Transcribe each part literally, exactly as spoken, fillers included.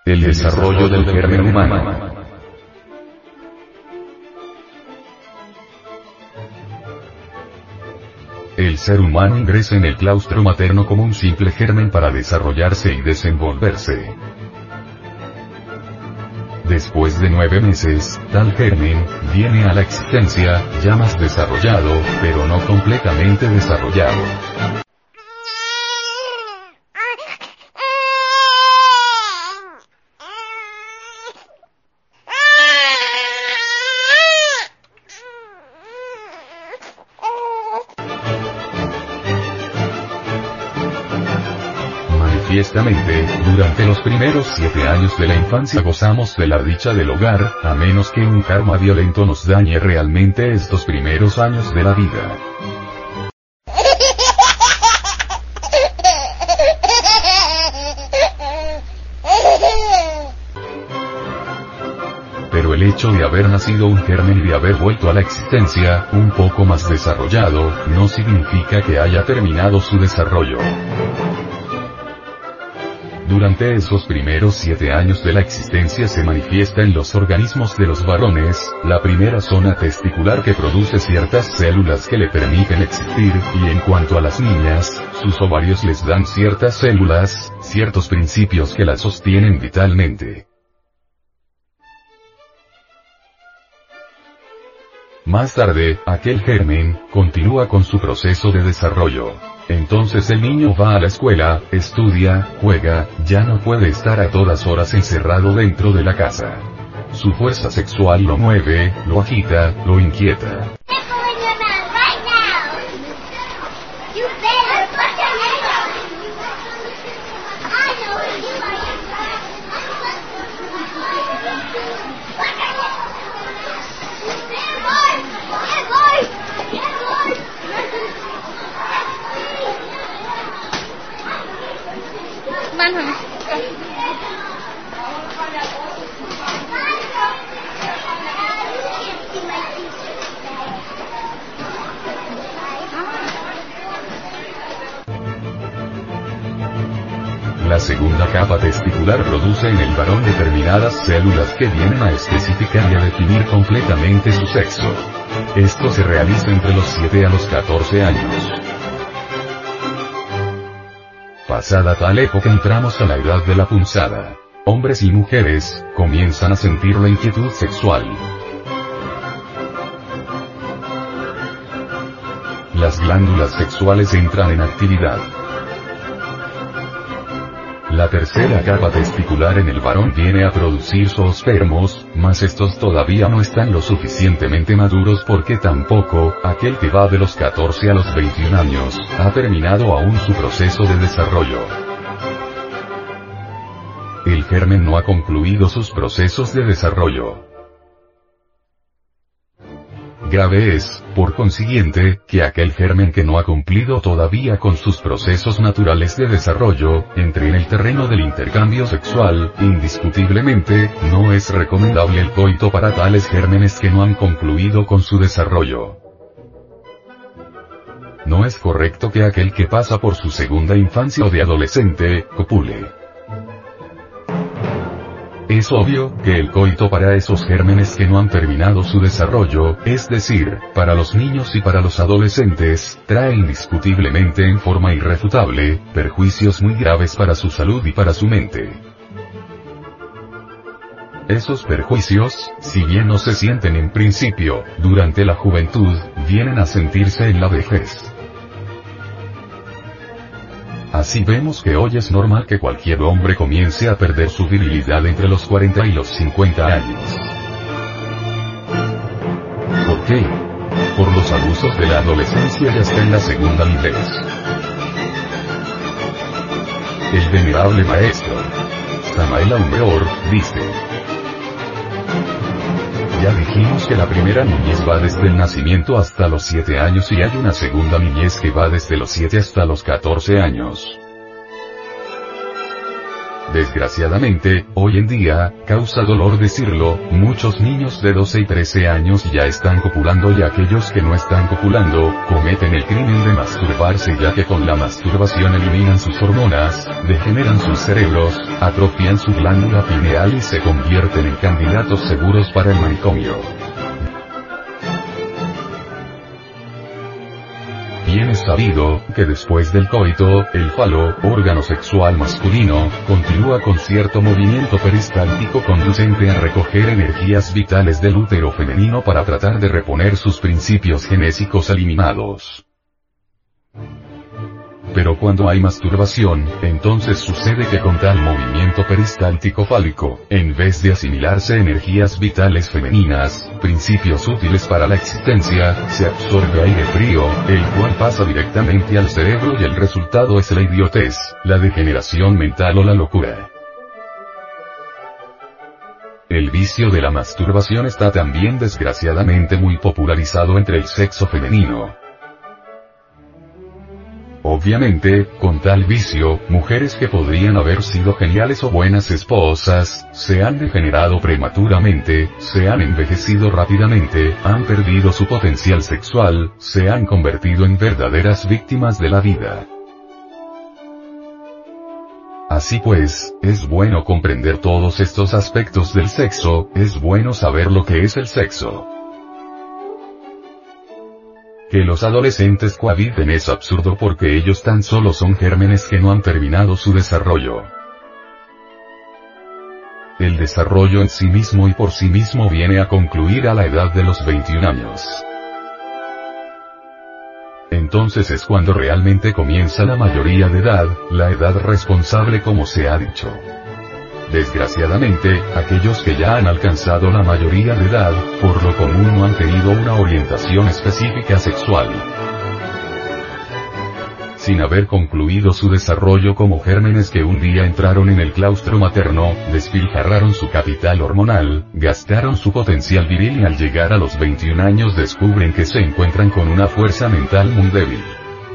El desarrollo del germen humano. El ser humano ingresa en el claustro materno como un simple germen para desarrollarse y desenvolverse. Después de nueve meses, tal germen viene a la existencia, ya más desarrollado, pero no completamente desarrollado. Manifiestamente, durante los primeros siete años de la infancia gozamos de la dicha del hogar, a menos que un karma violento nos dañe realmente estos primeros años de la vida. Pero el hecho de haber nacido un germen y de haber vuelto a la existencia, un poco más desarrollado, no significa que haya terminado su desarrollo. Durante esos primeros siete años de la existencia se manifiesta en los organismos de los varones, la primera zona testicular que produce ciertas células que le permiten existir, y en cuanto a las niñas, sus ovarios les dan ciertas células, ciertos principios que las sostienen vitalmente. Más tarde, aquel germen continúa con su proceso de desarrollo. Entonces el niño va a la escuela, estudia, juega, ya no puede estar a todas horas encerrado dentro de la casa. Su fuerza sexual lo mueve, lo agita, lo inquieta. La segunda capa testicular produce en el varón determinadas células que vienen a especificar y a definir completamente su sexo. Esto se realiza entre los siete a los catorce años. Pasada tal época entramos a la edad de la punzada. Hombres y mujeres comienzan a sentir la inquietud sexual. Las glándulas sexuales entran en actividad. La tercera capa testicular en el varón viene a producir zoospermos, mas estos todavía no están lo suficientemente maduros porque tampoco, aquel que va de los catorce a los veintiún años, ha terminado aún su proceso de desarrollo. El germen no ha concluido sus procesos de desarrollo. Grave es, por consiguiente, que aquel germen que no ha cumplido todavía con sus procesos naturales de desarrollo, entre en el terreno del intercambio sexual. Indiscutiblemente, no es recomendable el coito para tales gérmenes que no han concluido con su desarrollo. No es correcto que aquel que pasa por su segunda infancia o de adolescente, copule. Es obvio que el coito para esos gérmenes que no han terminado su desarrollo, es decir, para los niños y para los adolescentes, trae indiscutiblemente en forma irrefutable, perjuicios muy graves para su salud y para su mente. Esos perjuicios, si bien no se sienten en principio, durante la juventud, vienen a sentirse en la vejez. Así vemos que hoy es normal que cualquier hombre comience a perder su virilidad entre los cuarenta y los cincuenta años. ¿Por qué? Por los abusos de la adolescencia y hasta en la segunda niñez. El venerable maestro Samael Aun Weor dice: ya dijimos que la primera niñez va desde el nacimiento hasta los siete años y hay una segunda niñez que va desde los siete hasta los catorce años. Desgraciadamente, hoy en día, causa dolor decirlo, muchos niños de doce y trece años ya están copulando y aquellos que no están copulando, cometen el crimen de masturbarse ya que con la masturbación eliminan sus hormonas, degeneran sus cerebros, atrofian su glándula pineal y se convierten en candidatos seguros para el manicomio. Bien es sabido, que después del coito, el falo, órgano sexual masculino, continúa con cierto movimiento peristáltico conducente a recoger energías vitales del útero femenino para tratar de reponer sus principios genésicos eliminados. Pero cuando hay masturbación, entonces sucede que con tal movimiento peristáltico fálico, en vez de asimilarse energías vitales femeninas, principios útiles para la existencia, se absorbe aire frío, el cual pasa directamente al cerebro y el resultado es la idiotez, la degeneración mental o la locura. El vicio de la masturbación está también desgraciadamente muy popularizado entre el sexo femenino. Obviamente, con tal vicio, mujeres que podrían haber sido geniales o buenas esposas, se han degenerado prematuramente, se han envejecido rápidamente, han perdido su potencial sexual, se han convertido en verdaderas víctimas de la vida. Así pues, es bueno comprender todos estos aspectos del sexo, es bueno saber lo que es el sexo. Que los adolescentes cohabiten es absurdo porque ellos tan solo son gérmenes que no han terminado su desarrollo. El desarrollo en sí mismo y por sí mismo viene a concluir a la edad de los veintiún años. Entonces es cuando realmente comienza la mayoría de edad, la edad responsable como se ha dicho. Desgraciadamente, aquellos que ya han alcanzado la mayoría de edad, por lo común no han tenido una orientación específica sexual. Sin haber concluido su desarrollo como gérmenes que un día entraron en el claustro materno, despilfarraron su capital hormonal, gastaron su potencial viril y al llegar a los veintiún años descubren que se encuentran con una fuerza mental muy débil.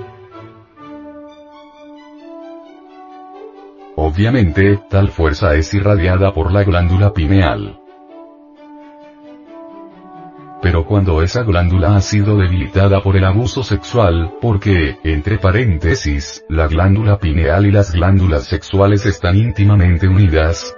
Obviamente, tal fuerza es irradiada por la glándula pineal. Pero cuando esa glándula ha sido debilitada por el abuso sexual, porque, entre paréntesis, la glándula pineal y las glándulas sexuales están íntimamente unidas,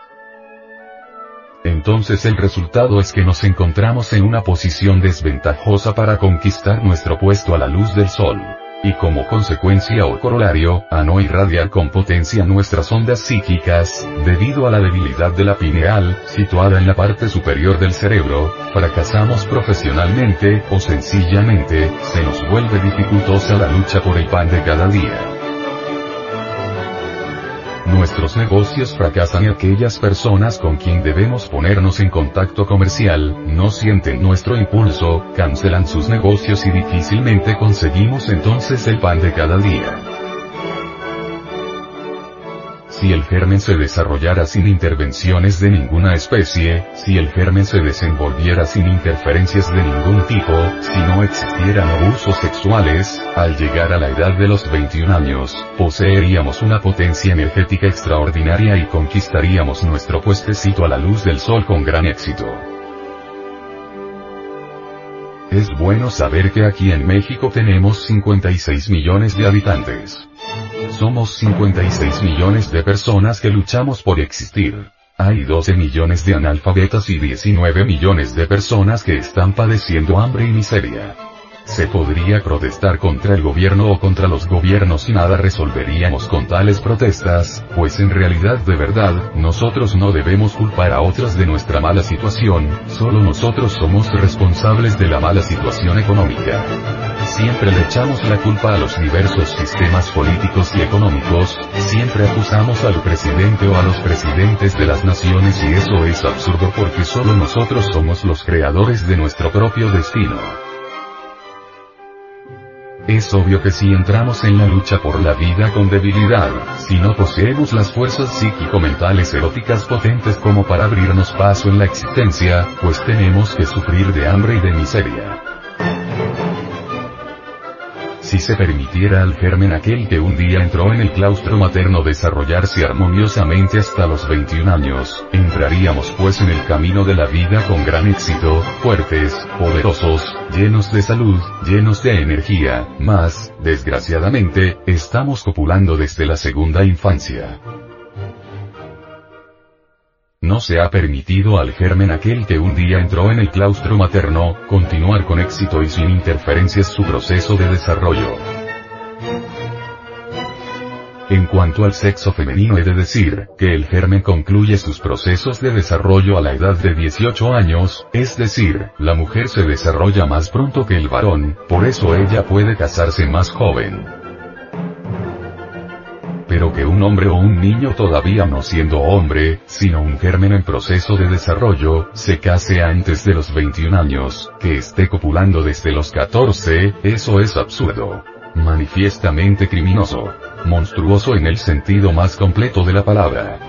entonces el resultado es que nos encontramos en una posición desventajosa para conquistar nuestro puesto a la luz del sol. Y como consecuencia o corolario, a no irradiar con potencia nuestras ondas psíquicas, debido a la debilidad de la pineal, situada en la parte superior del cerebro, fracasamos profesionalmente, o sencillamente, se nos vuelve dificultosa la lucha por el pan de cada día. Nuestros negocios fracasan y aquellas personas con quien debemos ponernos en contacto comercial, no sienten nuestro impulso, cancelan sus negocios y difícilmente conseguimos entonces el pan de cada día. Si el germen se desarrollara sin intervenciones de ninguna especie, si el germen se desenvolviera sin interferencias de ningún tipo, si no existieran abusos sexuales, al llegar a la edad de los veintiún años, poseeríamos una potencia energética extraordinaria y conquistaríamos nuestro puestecito a la luz del sol con gran éxito. Es bueno saber que aquí en México tenemos cincuenta y seis millones de habitantes. Somos cincuenta y seis millones de personas que luchamos por existir. Hay doce millones de analfabetas y diecinueve millones de personas que están padeciendo hambre y miseria. Se podría protestar contra el gobierno o contra los gobiernos y nada resolveríamos con tales protestas, pues en realidad de verdad, nosotros no debemos culpar a otros de nuestra mala situación, solo nosotros somos responsables de la mala situación económica. Siempre le echamos la culpa a los diversos sistemas políticos y económicos, siempre acusamos al presidente o a los presidentes de las naciones y eso es absurdo porque solo nosotros somos los creadores de nuestro propio destino. Es obvio que si entramos en la lucha por la vida con debilidad, si no poseemos las fuerzas psíquico-mentales eróticas potentes como para abrirnos paso en la existencia, pues tenemos que sufrir de hambre y de miseria. Si se permitiera al germen aquel que un día entró en el claustro materno desarrollarse armoniosamente hasta los veintiún años, entraríamos pues en el camino de la vida con gran éxito, fuertes, poderosos, llenos de salud, llenos de energía, mas, desgraciadamente, estamos copulando desde la segunda infancia. No se ha permitido al germen aquel que un día entró en el claustro materno, continuar con éxito y sin interferencias su proceso de desarrollo. En cuanto al sexo femenino he de decir, que el germen concluye sus procesos de desarrollo a la edad de dieciocho años, es decir, la mujer se desarrolla más pronto que el varón, por eso ella puede casarse más joven. Pero que un hombre o un niño todavía no siendo hombre, sino un germen en proceso de desarrollo, se case antes de los veintiún años, que esté copulando desde los catorce, eso es absurdo. Manifiestamente criminoso. Monstruoso en el sentido más completo de la palabra.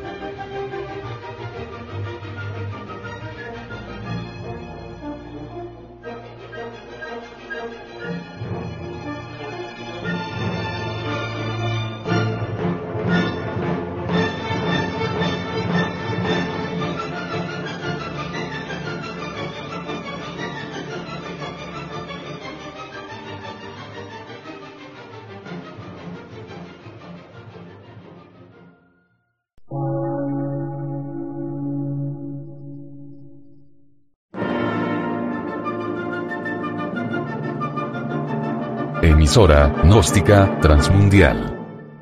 Emisora gnóstica transmundial.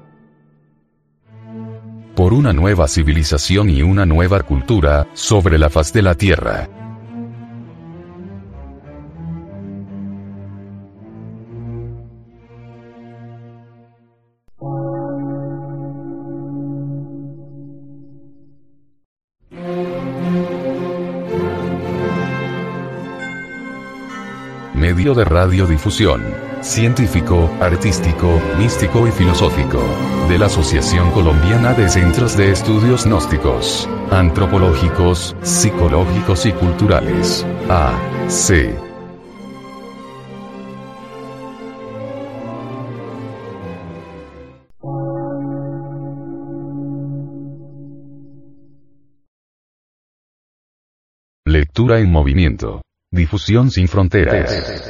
Por una nueva civilización y una nueva cultura sobre la faz de la Tierra. Medio de radiodifusión, científico, artístico, místico y filosófico, de la Asociación Colombiana de Centros de Estudios Gnósticos, Antropológicos, Psicológicos y Culturales, A C Lectura en movimiento. Difusión sin fronteras.